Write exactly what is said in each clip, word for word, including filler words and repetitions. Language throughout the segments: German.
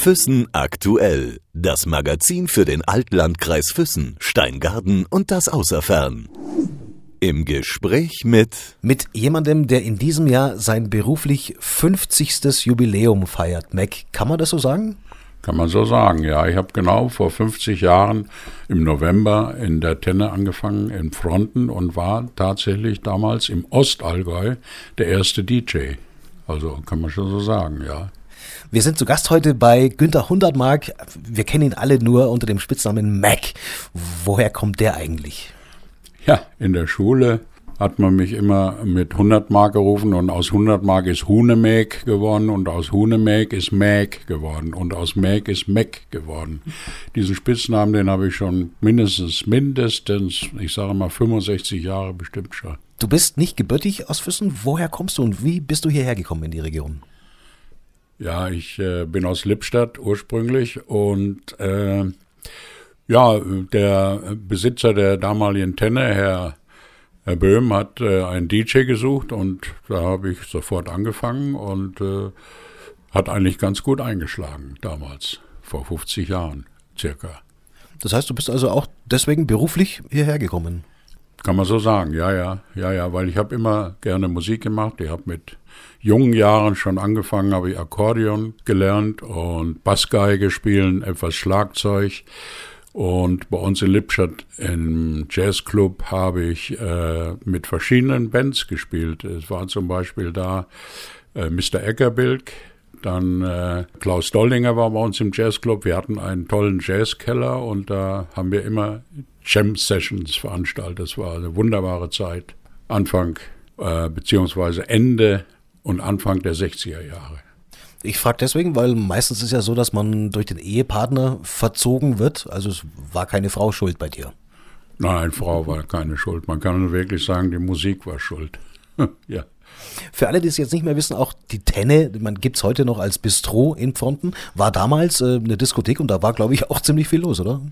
Füssen aktuell. Das Magazin für den Altlandkreis Füssen, Steingarten und das Außerfern. Im Gespräch mit... Mit jemandem, der in diesem Jahr sein beruflich fünfzigstes Jubiläum feiert. Mac, kann man das so sagen? Kann man so sagen, ja. Ich habe genau vor fünfzig Jahren im November in der Tenne angefangen in Fronten und war tatsächlich damals im Ostallgäu der erste D J. Also kann man schon so sagen, ja. Wir sind zu Gast heute bei Günther Hundertmark. Wir kennen ihn alle nur unter dem Spitznamen Mac. Woher kommt der eigentlich? Ja, in der Schule hat man mich immer mit hundert Mark gerufen und aus hundert Mark ist Hunemäk geworden und aus Hunemäk ist Mäk geworden und aus Mäk ist Mac geworden. Diesen Spitznamen, den habe ich schon mindestens, mindestens, ich sage mal fünfundsechzig Jahre bestimmt schon. Du bist nicht gebürtig aus Füssen. Woher kommst du und wie bist du hierher gekommen in die Region? Ja, ich äh, bin aus Lippstadt ursprünglich und äh, ja, der Besitzer der damaligen Tenne, Herr Herr Böhm, hat äh, einen D J gesucht und da habe ich sofort angefangen und äh, hat eigentlich ganz gut eingeschlagen damals, vor fünfzig Jahren circa. Das heißt, du bist also auch deswegen beruflich hierher gekommen? Kann man so sagen, ja, ja, ja, ja, weil ich habe immer gerne Musik gemacht. Ich habe mit jungen Jahren schon angefangen, habe ich Akkordeon gelernt und Bassgeige spielen, etwas Schlagzeug. Und bei uns in Lippstadt im Jazzclub habe ich äh, mit verschiedenen Bands gespielt. Es war zum Beispiel da äh, Mister Eckerbilk, dann äh, Klaus Doldinger war bei uns im Jazzclub. Wir hatten einen tollen Jazzkeller und da haben wir immer Jam-Sessions veranstaltet. Das war eine wunderbare Zeit. Anfang äh, beziehungsweise Ende und Anfang der sechziger Jahre. Ich frage deswegen, weil meistens ist ja so, dass man durch den Ehepartner verzogen wird. Also es war keine Frau schuld bei dir. Nein, Frau war keine Schuld. Man kann nur wirklich sagen, die Musik war schuld. Ja. Für alle, die es jetzt nicht mehr wissen, auch die Tenne, man gibt es heute noch als Bistro in Fronten, war damals äh, eine Diskothek und da war, glaube ich, auch ziemlich viel los, oder?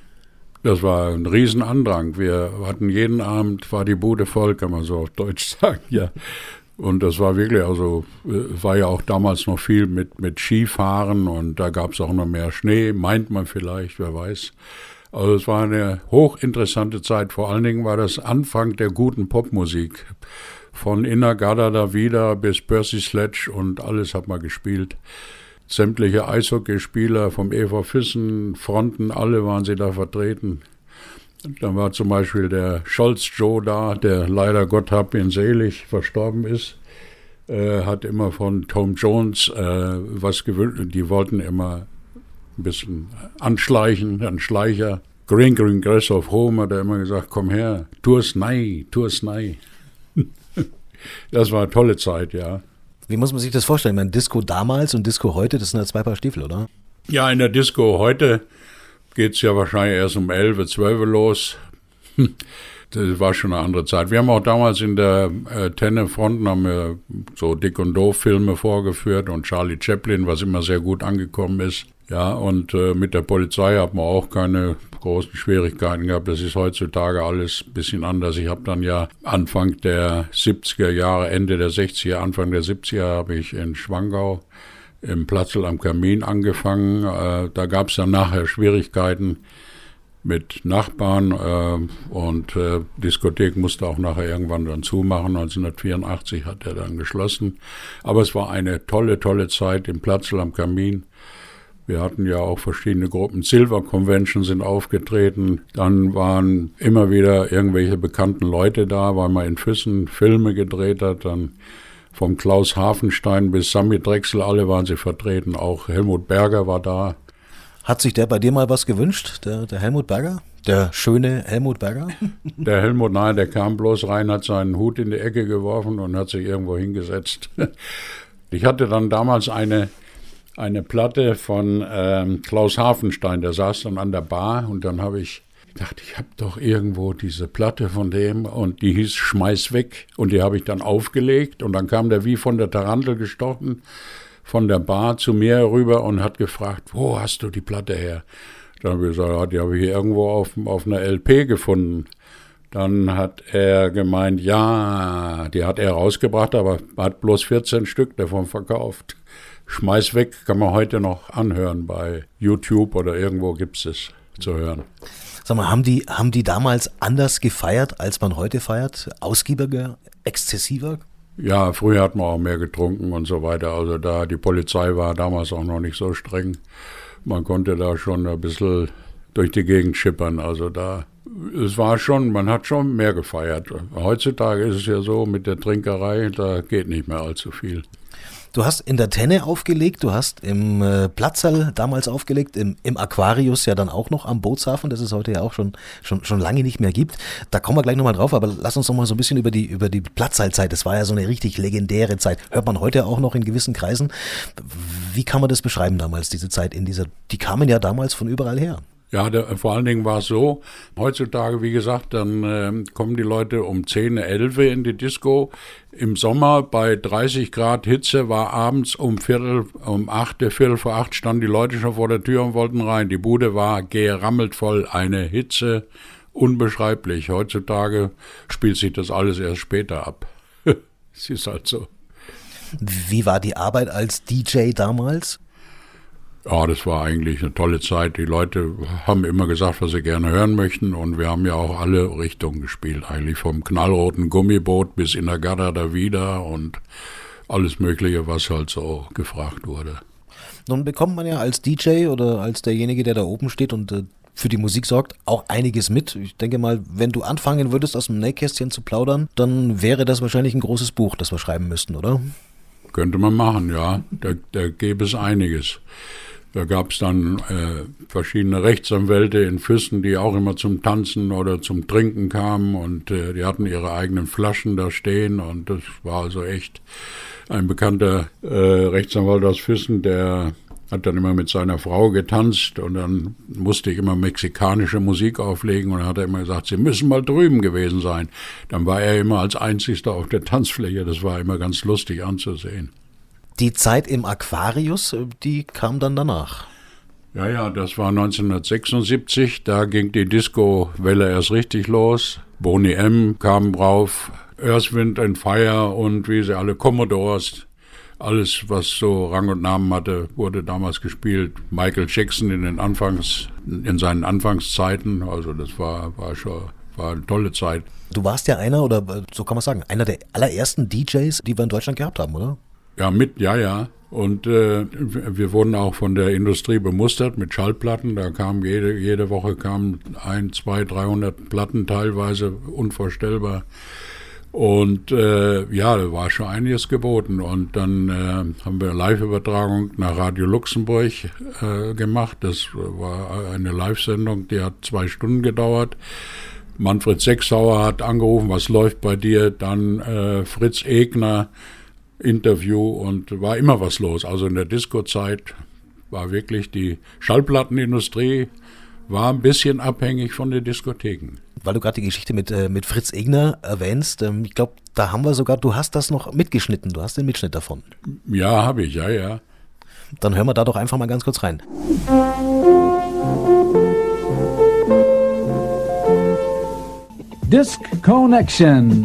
Das war ein Riesenandrang. Wir hatten jeden Abend, war die Bude voll, kann man so auf Deutsch sagen, ja. Und das war wirklich, also war ja auch damals noch viel mit, mit Skifahren und da gab es auch noch mehr Schnee, meint man vielleicht, wer weiß. Also es war eine hochinteressante Zeit, vor allen Dingen war das Anfang der guten Popmusik. Von In-A-Gadda da wieder bis Percy Sledge und alles hat man gespielt. Sämtliche Eishockeyspieler vom E V Füssen, Fronten, alle waren sie da vertreten. Dann war zum Beispiel der Scholz Joe da, der leider Gott hab ihn selig verstorben ist. Äh, hat immer von Tom Jones äh, was gewünscht. Die wollten immer ein bisschen anschleichen, ein Schleicher. Green Green Grass of Home hat er immer gesagt, komm her, tu's nei, tu's nei. Das war eine tolle Zeit, ja. Wie muss man sich das vorstellen? Mein Disco damals und Disco heute, das sind ja zwei Paar Stiefel, oder? Ja, in der Disco heute geht es ja wahrscheinlich erst um elf, zwölf los. Das war schon eine andere Zeit. Wir haben auch damals in der äh, Tenne Fronten haben wir so Dick und Doof Filme vorgeführt und Charlie Chaplin, was immer sehr gut angekommen ist. Ja, und äh, mit der Polizei hat man auch keine großen Schwierigkeiten gehabt. Das ist heutzutage alles ein bisschen anders. Ich habe dann ja Anfang der siebziger Jahre, Ende der sechziger, Anfang der siebziger habe ich in Schwangau im Platzl am Kamin angefangen. Äh, da gab es dann nachher Schwierigkeiten mit Nachbarn äh, und äh, Diskothek musste auch nachher irgendwann dann zumachen. neunzehnhundertvierundachtzig hat er dann geschlossen. Aber es war eine tolle, tolle Zeit im Platzl am Kamin. Wir hatten ja auch verschiedene Gruppen. Silver Convention sind aufgetreten. Dann waren immer wieder irgendwelche bekannten Leute da, weil man in Füssen Filme gedreht hat. Dann vom Klaus Hafenstein bis Sammy Drechsel, alle waren sie vertreten. Auch Helmut Berger war da. Hat sich der bei dir mal was gewünscht, der, der Helmut Berger? Der schöne Helmut Berger? Der Helmut, nein, der kam bloß rein, hat seinen Hut in die Ecke geworfen und hat sich irgendwo hingesetzt. Ich hatte dann damals eine, eine Platte von ähm, Klaus Hafenstein, der saß dann an der Bar und dann habe ich gedacht, ich habe doch irgendwo diese Platte von dem und die hieß Schmeiß weg und die habe ich dann aufgelegt und dann kam der wie von der Tarantel gestochen von der Bar zu mir rüber und hat gefragt, wo hast du die Platte her? Dann habe ich gesagt, ja, die habe ich hier irgendwo auf, auf einer L P gefunden. Dann hat er gemeint, ja, die hat er rausgebracht, aber hat bloß vierzehn Stück davon verkauft. Schmeiß weg, kann man heute noch anhören bei YouTube oder irgendwo gibt es zu hören. Sag mal, haben die, haben die damals anders gefeiert, als man heute feiert? Ausgiebiger, exzessiver? Ja, früher hat man auch mehr getrunken und so weiter. Also da die Polizei war damals auch noch nicht so streng. Man konnte da schon ein bisschen durch die Gegend schippern. Also da, es war schon, man hat schon mehr gefeiert. Heutzutage ist es ja so, mit der Trinkerei, da geht nicht mehr allzu viel. Du hast in der Tenne aufgelegt, du hast im äh, Platzerl damals aufgelegt, im, im Aquarius ja dann auch noch am Bootshafen, das es heute ja auch schon, schon, schon lange nicht mehr gibt. Da kommen wir gleich nochmal drauf, aber lass uns noch mal so ein bisschen über die, über die Platzerl-Zeit, das war ja so eine richtig legendäre Zeit, hört man heute auch noch in gewissen Kreisen. Wie kann man das beschreiben damals, diese Zeit in dieser, die kamen ja damals von überall her. Ja, der, vor allen Dingen war es so, heutzutage, wie gesagt, dann äh, kommen die Leute um zehn, elf in die Disco. Im Sommer bei dreißig Grad Hitze war abends um Viertel, um acht, Viertel vor acht standen die Leute schon vor der Tür und wollten rein. Die Bude war gerammelt voll, eine Hitze, unbeschreiblich. Heutzutage spielt sich das alles erst später ab. Es ist halt so. Wie war die Arbeit als D J damals? Ja, das war eigentlich eine tolle Zeit. Die Leute haben immer gesagt, was sie gerne hören möchten und wir haben ja auch alle Richtungen gespielt. Eigentlich vom knallroten Gummiboot bis in der Garda da wieder und alles Mögliche, was halt so gefragt wurde. Nun bekommt man ja als D J oder als derjenige, der da oben steht und äh, für die Musik sorgt, auch einiges mit. Ich denke mal, wenn du anfangen würdest, aus dem Nähkästchen zu plaudern, dann wäre das wahrscheinlich ein großes Buch, das wir schreiben müssten, oder? Könnte man machen, ja. Da, da gäbe es einiges. Da gab es dann äh, verschiedene Rechtsanwälte in Füssen, die auch immer zum Tanzen oder zum Trinken kamen und äh, die hatten ihre eigenen Flaschen da stehen und das war also echt ein bekannter äh, Rechtsanwalt aus Füssen, der hat dann immer mit seiner Frau getanzt und dann musste ich immer mexikanische Musik auflegen und dann hat er immer gesagt, Sie müssen mal drüben gewesen sein. Dann war er immer als Einzigster auf der Tanzfläche, das war immer ganz lustig anzusehen. Die Zeit im Aquarius, die kam dann danach. Ja, ja, das war neunzehnhundertsechsundsiebzig, da ging die Disco-Welle erst richtig los. Boney M. kam drauf, Earth, Wind and Fire und wie sie alle, Commodores, alles, was so Rang und Namen hatte, wurde damals gespielt. Michael Jackson in den Anfangs, in seinen Anfangszeiten, also das war, war schon, war eine tolle Zeit. Du warst ja einer, oder so kann man sagen, einer der allerersten D Js, die wir in Deutschland gehabt haben, oder? Ja, mit, ja, ja. Und äh, wir wurden auch von der Industrie bemustert mit Schallplatten. Da kamen jede, jede Woche kamen ein, zwei, dreihundert Platten, teilweise unvorstellbar. Und äh, ja, da war schon einiges geboten. Und dann äh, haben wir Live-Übertragung nach Radio Luxemburg äh, gemacht. Das war eine Live-Sendung, die hat zwei Stunden gedauert. Manfred Sechsauer hat angerufen, was läuft bei dir? Dann äh, Fritz Egner, Interview und war immer was los. Also in der Disco-Zeit war wirklich die Schallplattenindustrie war ein bisschen abhängig von den Diskotheken. Weil du gerade die Geschichte mit, äh, mit Fritz Egner erwähnst, ähm, ich glaube, da haben wir sogar, du hast das noch mitgeschnitten, du hast den Mitschnitt davon. Ja, habe ich, ja, ja. Dann hören wir da doch einfach mal ganz kurz rein. Disc Connection.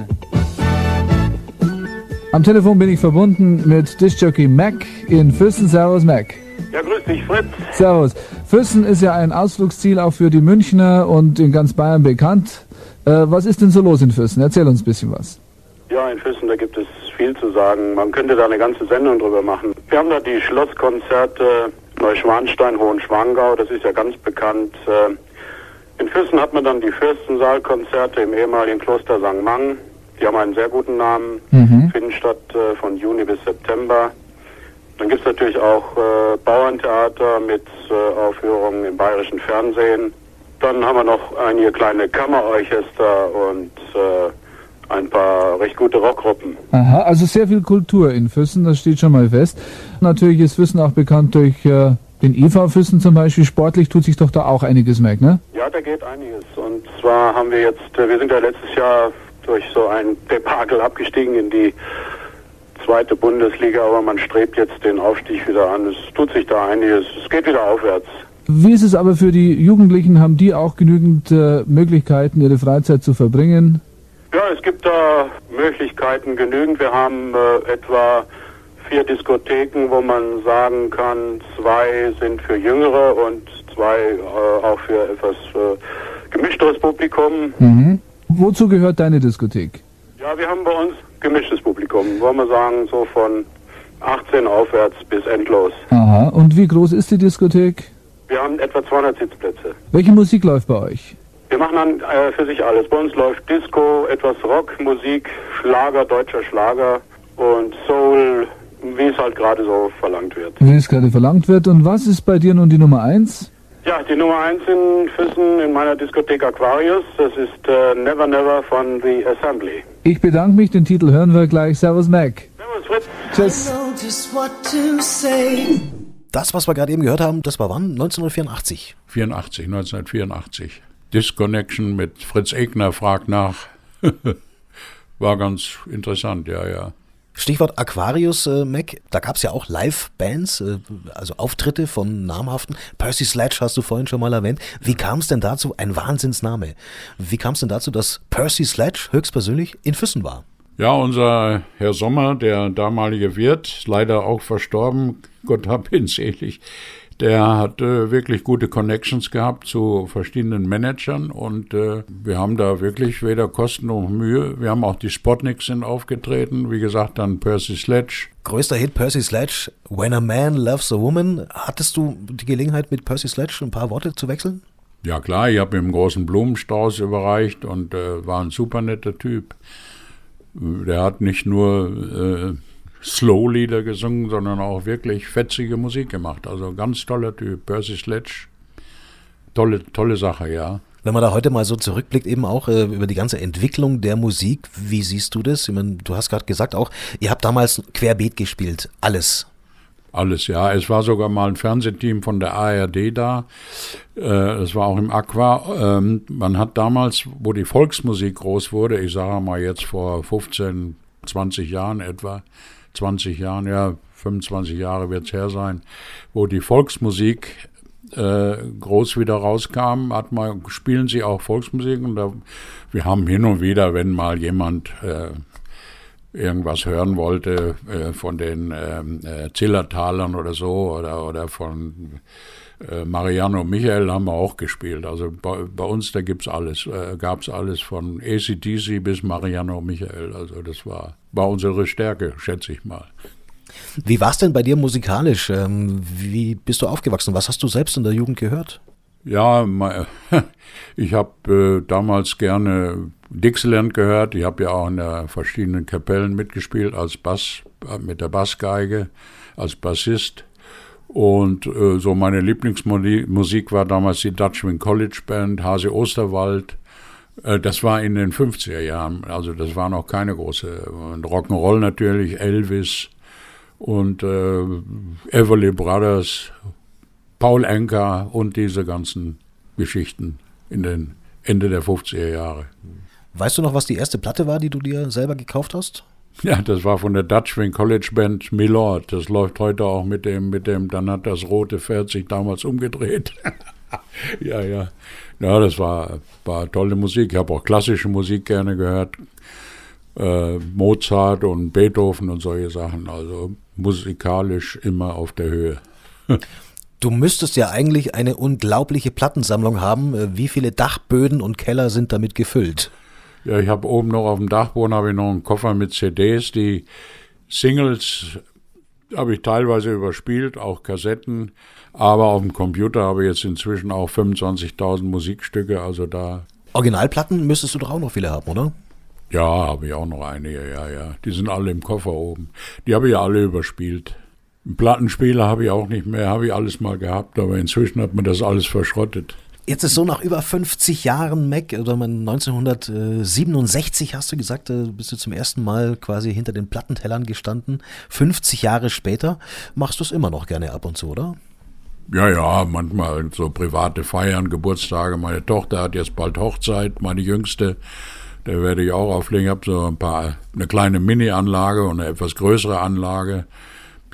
Am Telefon bin ich verbunden mit Diskjockey Mac in Füssen. Servus Mac. Ja, grüß dich Fritz. Servus. Füssen ist ja ein Ausflugsziel auch für die Münchner und in ganz Bayern bekannt. Äh, was ist denn so los in Füssen? Erzähl uns ein bisschen was. Ja, in Füssen, da gibt es viel zu sagen. Man könnte da eine ganze Sendung drüber machen. Wir haben da die Schlosskonzerte Neuschwanstein, Hohenschwangau, das ist ja ganz bekannt. In Füssen hat man dann die Fürstensaalkonzerte im ehemaligen Kloster Sankt Mang. Die haben einen sehr guten Namen, mhm. finden statt äh, von Juni bis September. Dann gibt es natürlich auch äh, Bauerntheater mit äh, Aufführungen im bayerischen Fernsehen. Dann haben wir noch einige kleine Kammerorchester und äh, ein paar recht gute Rockgruppen. Aha, also sehr viel Kultur in Füssen, das steht schon mal fest. Natürlich ist Füssen auch bekannt durch äh, den I V Füssen zum Beispiel. Sportlich tut sich doch da auch einiges, Mac, ne? Ja, da geht einiges. Und zwar haben wir jetzt, äh, wir sind ja letztes Jahr durch so ein Debakel abgestiegen in die zweite Bundesliga, aber man strebt jetzt den Aufstieg wieder an. Es tut sich da einiges, es geht wieder aufwärts. Wie ist es aber für die Jugendlichen? Haben die auch genügend äh, Möglichkeiten, ihre Freizeit zu verbringen? Ja, es gibt da Möglichkeiten genügend. Wir haben äh, etwa vier Diskotheken, wo man sagen kann, zwei sind für Jüngere und zwei äh, auch für etwas äh, gemischteres Publikum. Mhm. Wozu gehört deine Diskothek? Ja, wir haben bei uns gemischtes Publikum, wollen wir sagen, so von achtzehn aufwärts bis endlos. Aha, und wie groß ist die Diskothek? Wir haben etwa zweihundert Sitzplätze. Welche Musik läuft bei euch? Wir machen dann äh, für sich alles. Bei uns läuft Disco, etwas Rock, Musik, Schlager, deutscher Schlager und Soul, wie es halt gerade so verlangt wird. Wie es gerade verlangt wird. Und was ist bei dir nun die Nummer eins? Ja, die Nummer eins in Füssen in meiner Diskothek Aquarius, das ist äh, Never Never von The Assembly. Ich bedanke mich, den Titel hören wir gleich. Servus Mac. Servus Fritz. Tschüss. Das, was wir gerade eben gehört haben, das war wann? neunzehnhundertvierundachtzig. vierundachtzig, neunzehnhundertvierundachtzig. Disconnection mit Fritz Egner fragt nach. War ganz interessant, ja, ja. Stichwort Aquarius, äh, Mac, da gab es ja auch Live-Bands, äh, also Auftritte von namhaften. Percy Sledge hast du vorhin schon mal erwähnt. Wie kam es denn dazu? Ein Wahnsinnsname. Wie kam es denn dazu, dass Percy Sledge höchstpersönlich in Füssen war? Ja, unser Herr Sommer, der damalige Wirt, leider auch verstorben, Gott hab ihn selig, der hat äh, wirklich gute Connections gehabt zu verschiedenen Managern und äh, wir haben da wirklich weder Kosten noch Mühe. Wir haben auch die Spotniks sind aufgetreten, wie gesagt, dann Percy Sledge. Größter Hit Percy Sledge, When a Man Loves a Woman. Hattest du die Gelegenheit, mit Percy Sledge ein paar Worte zu wechseln? Ja klar, ich habe ihm einen großen Blumenstrauß überreicht und äh, war ein super netter Typ. Der hat nicht nur äh, Slow-Lieder gesungen, sondern auch wirklich fetzige Musik gemacht. Also ganz toller Typ, Percy Sledge. Tolle, tolle Sache, ja. Wenn man da heute mal so zurückblickt, eben auch äh, über die ganze Entwicklung der Musik, wie siehst du das? Ich meine, du hast gerade gesagt auch, ihr habt damals querbeet gespielt, alles. Alles, ja. Es war sogar mal ein Fernsehteam von der A R D da. Es war auch im Aqua. Ähm, man hat damals, wo die Volksmusik groß wurde, ich sage mal jetzt vor fünfzehn, zwanzig Jahren etwa, zwanzig Jahren, ja, fünfundzwanzig Jahre wird es her sein, wo die Volksmusik äh, groß wieder rauskam, hat man, spielen sie auch Volksmusik und da, wir haben hin und wieder, wenn mal jemand äh, irgendwas hören wollte äh, von den ähm, äh, Zillertalern oder so oder, oder von äh, Mariano Michael haben wir auch gespielt. Also bei, bei uns, da gibt's alles, äh, gab's alles von A C D C bis Mariano Michael. Also das war, war unsere Stärke, schätze ich mal. Wie war's denn bei dir musikalisch? Ähm, wie bist du aufgewachsen? Was hast du selbst in der Jugend gehört? Ja, ich habe äh, damals gerne Dixieland gehört. Ich habe ja auch in der verschiedenen Kapellen mitgespielt als Bass, mit der Bassgeige, als Bassist. Und äh, so meine Lieblingsmusik war damals die Dutch Swing College Band, Hase Osterwald. Äh, das war in den fünfziger Jahren, also das war noch keine große. Rock'n'Roll natürlich, Elvis und äh, Everly Brothers, Paul Anka und diese ganzen Geschichten in den Ende der fünfziger Jahre. Weißt du noch, was die erste Platte war, die du dir selber gekauft hast? Ja, das war von der Dutch Swing College Band Milord. Das läuft heute auch mit dem, mit dem, dann hat das rote Pferd sich damals umgedreht. ja, ja. Ja, das war, war tolle Musik. Ich habe auch klassische Musik gerne gehört. Äh, Mozart und Beethoven und solche Sachen. Also musikalisch immer auf der Höhe. Du müsstest ja eigentlich eine unglaubliche Plattensammlung haben. Wie viele Dachböden und Keller sind damit gefüllt? Ja, ich habe oben noch auf dem Dachboden habe ich noch einen Koffer mit C Ds. Die Singles habe ich teilweise überspielt, auch Kassetten. Aber auf dem Computer habe ich jetzt inzwischen auch fünfundzwanzigtausend Musikstücke. Also da. Originalplatten müsstest du doch auch noch viele haben, oder? Ja, habe ich auch noch einige, ja, ja. Die sind alle im Koffer oben. Die habe ich ja alle überspielt. Einen Plattenspieler habe ich auch nicht mehr, habe ich alles mal gehabt, aber inzwischen hat man das alles verschrottet. Jetzt ist so nach über fünfzig Jahren Mac, oder neunzehnhundertsiebenundsechzig hast du gesagt, bist du zum ersten Mal quasi hinter den Plattentellern gestanden. fünfzig Jahre später machst du es immer noch gerne ab und zu, oder? Ja, ja, manchmal so private Feiern, Geburtstage. Meine Tochter hat jetzt bald Hochzeit, meine Jüngste. Da werde ich auch auflegen. Ich habe so ein paar, eine kleine Mini-Anlage und eine etwas größere Anlage.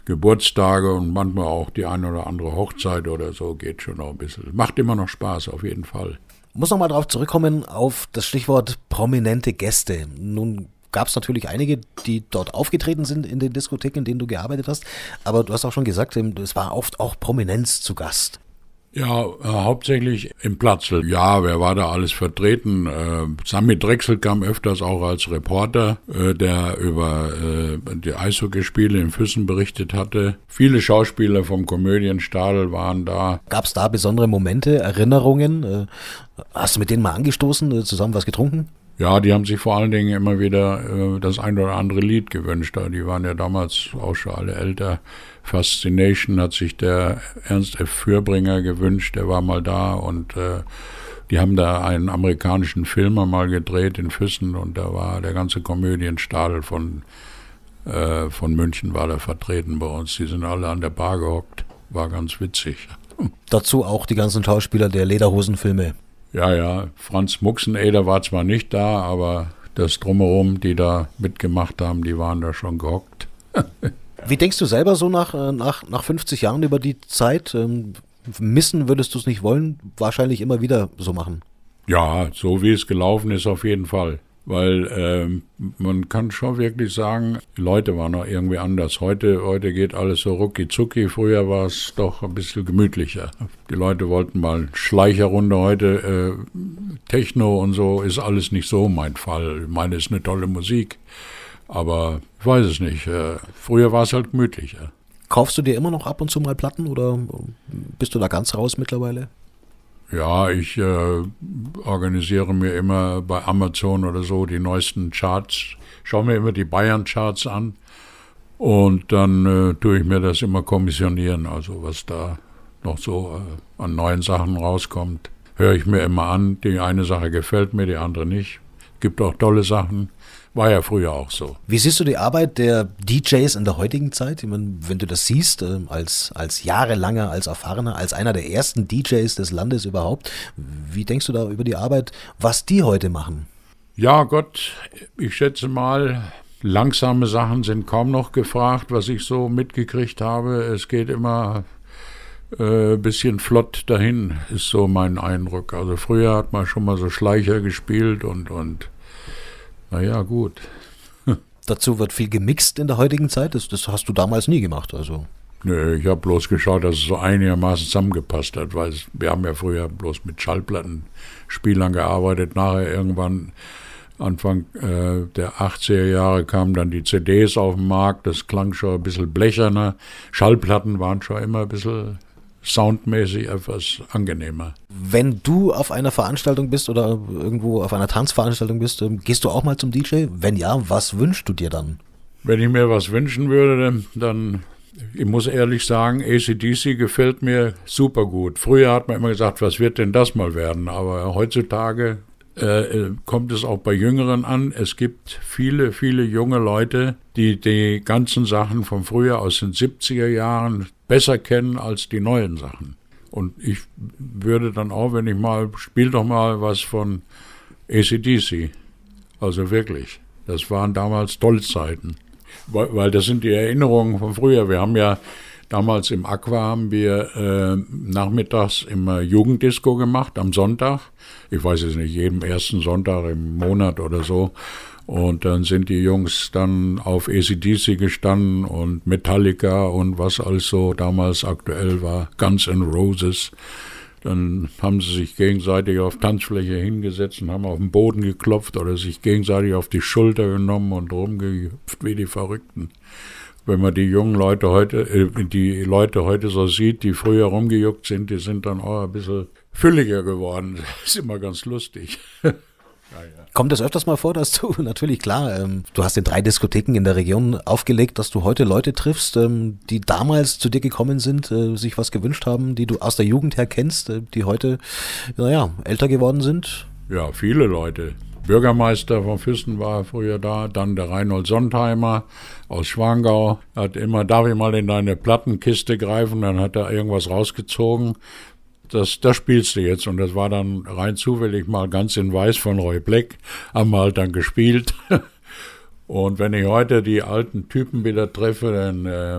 Geburtstage und manchmal auch die eine oder andere Hochzeit oder so, geht schon noch ein bisschen. Macht immer noch Spaß, auf jeden Fall. Muss noch mal darauf zurückkommen, auf das Stichwort prominente Gäste. Nun gab es natürlich einige, die dort aufgetreten sind in den Diskotheken, in denen du gearbeitet hast, aber du hast auch schon gesagt, es war oft auch Prominenz zu Gast. Ja, äh, hauptsächlich im Platzl. Ja, wer war da alles vertreten? Äh, Sami Drechsel kam öfters auch als Reporter, äh, der über äh, die Eishockeyspiele in Füssen berichtet hatte. Viele Schauspieler vom Komödienstadel waren da. Gab es da besondere Momente, Erinnerungen? Äh, hast du mit denen mal angestoßen, äh, zusammen was getrunken? Ja, die haben sich vor allen Dingen immer wieder äh, das ein oder andere Lied gewünscht. Die waren ja damals auch schon alle älter. Fascination hat sich der Ernst F. Fürbringer gewünscht, der war mal da und äh, die haben da einen amerikanischen Film mal gedreht in Füssen und da war der ganze Komödienstadel von, äh, von München war da vertreten bei uns. Die sind alle an der Bar gehockt, war ganz witzig. Dazu auch die ganzen Schauspieler der Lederhosenfilme. Ja, ja, Franz Muxeneder war zwar nicht da, aber das Drumherum, die da mitgemacht haben, die waren da schon gehockt. Wie denkst du selber so nach, nach, nach fünfzig Jahren über die Zeit? Ähm, missen würdest du es nicht wollen? Wahrscheinlich immer wieder so machen. Ja, so wie es gelaufen ist, auf jeden Fall. Weil ähm, man kann schon wirklich sagen, die Leute waren noch irgendwie anders. Heute, heute geht alles so rucki zucki. Früher war es doch ein bisschen gemütlicher. Die Leute wollten mal Schleicherrunde. Heute äh, Techno und so ist alles nicht so mein Fall. Ich meine, es ist eine tolle Musik. Aber ich weiß es nicht. Äh, früher war es halt gemütlicher. Kaufst du dir immer noch ab und zu mal Platten oder bist du da ganz raus mittlerweile? Ja, ich äh, organisiere mir immer bei Amazon oder so die neuesten Charts, schaue mir immer die Bayern-Charts an und dann äh, tue ich mir das immer kommissionieren, also was da noch so äh, an neuen Sachen rauskommt, höre ich mir immer an. Die eine Sache gefällt mir, die andere nicht. Gibt auch tolle Sachen. War ja früher auch so. Wie siehst du die Arbeit der D Js in der heutigen Zeit? Ich meine, wenn du das siehst, äh, als, als jahrelanger, als erfahrener, als einer der ersten D Js des Landes überhaupt, wie denkst du da über die Arbeit, was die heute machen? Ja Gott, ich schätze mal, langsame Sachen sind kaum noch gefragt, was ich so mitgekriegt habe. Es geht immer ein äh, bisschen flott dahin, ist so mein Eindruck. Also früher hat man schon mal so Schleicher gespielt und, und naja, gut. Dazu wird viel gemixt in der heutigen Zeit, das, das hast du damals nie gemacht, also. Nö, ich habe bloß geschaut, dass es so einigermaßen zusammengepasst hat, weil es, wir haben ja früher bloß mit Schallplattenspielern gearbeitet. Nachher irgendwann, Anfang äh, der achtziger Jahre, kamen dann die C Ds auf den Markt, das klang schon ein bisschen blecherner. Schallplatten waren schon immer ein bisschen soundmäßig etwas angenehmer. Wenn du auf einer Veranstaltung bist oder irgendwo auf einer Tanzveranstaltung bist, gehst du auch mal zum D J? Wenn ja, was wünschst du dir dann? Wenn ich mir was wünschen würde, dann, ich muss ehrlich sagen, A C D C gefällt mir super gut. Früher hat man immer gesagt, was wird denn das mal werden? Aber heutzutage äh, kommt es auch bei Jüngeren an. Es gibt viele, viele junge Leute, die die ganzen Sachen von früher aus den siebziger Jahren besser kennen als die neuen Sachen. Und ich würde dann auch, wenn ich mal, spiel doch mal was von A C D C. Also wirklich, das waren damals Tollzeiten. Weil, weil das sind die Erinnerungen von früher. Wir haben ja damals im Aqua haben wir äh, nachmittags immer Jugenddisco gemacht, am Sonntag. Ich weiß jetzt nicht, jeden ersten Sonntag im Monat oder so. Und dann sind die Jungs dann auf A C D C gestanden und Metallica und was alles so damals aktuell war, Guns N' Roses. Dann haben sie sich gegenseitig auf Tanzfläche hingesetzt und haben auf den Boden geklopft oder sich gegenseitig auf die Schulter genommen und rumgehüpft wie die Verrückten. Wenn man die jungen Leute heute, äh, die Leute heute so sieht, die früher rumgejuckt sind, die sind dann auch ein bisschen fülliger geworden. Das ist immer ganz lustig. Ja, ja. Kommt das öfters mal vor, dass du, natürlich klar, ähm, du hast in drei Diskotheken in der Region aufgelegt, dass du heute Leute triffst, ähm, die damals zu dir gekommen sind, äh, sich was gewünscht haben, die du aus der Jugend her kennst, äh, die heute, naja, älter geworden sind? Ja, viele Leute. Bürgermeister von Füssen war früher da, dann der Reinhold Sontheimer aus Schwangau, hat immer, darf ich mal in deine Plattenkiste greifen, dann hat er irgendwas rausgezogen. Das, das spielst du jetzt. Und das war dann rein zufällig mal Ganz in Weiß von Roy Black, haben wir halt dann gespielt. Und wenn ich heute die alten Typen wieder treffe, dann äh,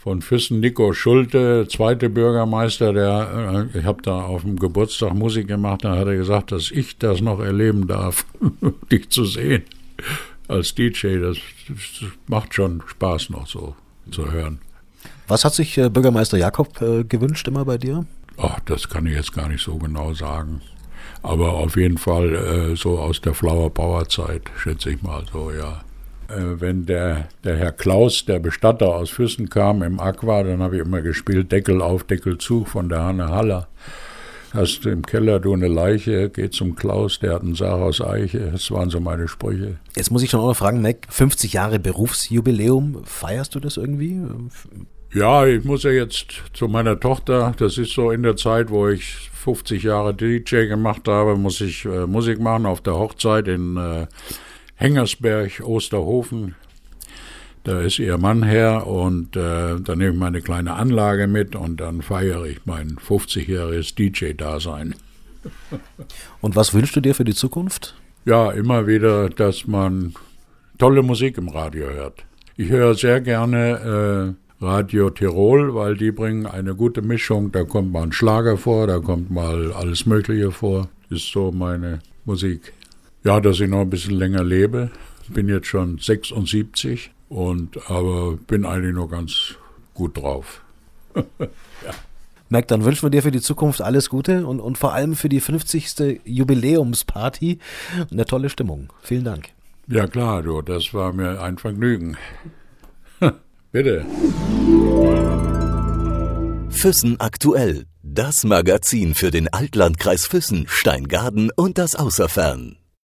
von Füssen, Nico Schulte, zweite Bürgermeister, der, ich habe da auf dem Geburtstag Musik gemacht, da hat er gesagt, dass ich das noch erleben darf, dich zu sehen als D J. Das, das macht schon Spaß noch so zu hören. Was hat sich äh, Bürgermeister Jakob äh, gewünscht immer bei dir? Ach, das kann ich jetzt gar nicht so genau sagen. Aber auf jeden Fall äh, so aus der Flower Power Zeit, schätze ich mal so, ja. Äh, wenn der, der Herr Klaus, der Bestatter aus Füssen kam im Aqua, dann habe ich immer gespielt, Deckel auf, Deckel zu von der Hanne Haller. Hast du im Keller du eine Leiche, geh zum Klaus, der hat einen Sarg aus Eiche. Das waren so meine Sprüche. Jetzt muss ich schon auch noch fragen, Mac, fünfzig Jahre Berufsjubiläum, feierst du das irgendwie? Ja, ich muss ja jetzt zu meiner Tochter, das ist so in der Zeit, wo ich fünfzig Jahre D J gemacht habe, muss ich äh, Musik machen auf der Hochzeit in äh, Hengersberg, Osterhofen. Da ist ihr Mann her und äh, dann nehme ich meine kleine Anlage mit und dann feiere ich mein fünfzigjähriges D J-Dasein. Und was wünschst du dir für die Zukunft? Ja, immer wieder, dass man tolle Musik im Radio hört. Ich höre sehr gerne äh, Radio Tirol, weil die bringen eine gute Mischung. Da kommt mal ein Schlager vor, da kommt mal alles Mögliche vor. Das ist so meine Musik. Ja, dass ich noch ein bisschen länger lebe. Bin jetzt schon sechsundsiebzig. Und, aber bin eigentlich noch ganz gut drauf. Ja. Mac, dann wünschen wir dir für die Zukunft alles Gute und, und vor allem für die fünfzigste Jubiläumsparty eine tolle Stimmung. Vielen Dank. Ja klar, du, das war mir ein Vergnügen. Bitte. Füssen aktuell. Das Magazin für den Altlandkreis Füssen, Steingaden und das Außerfern.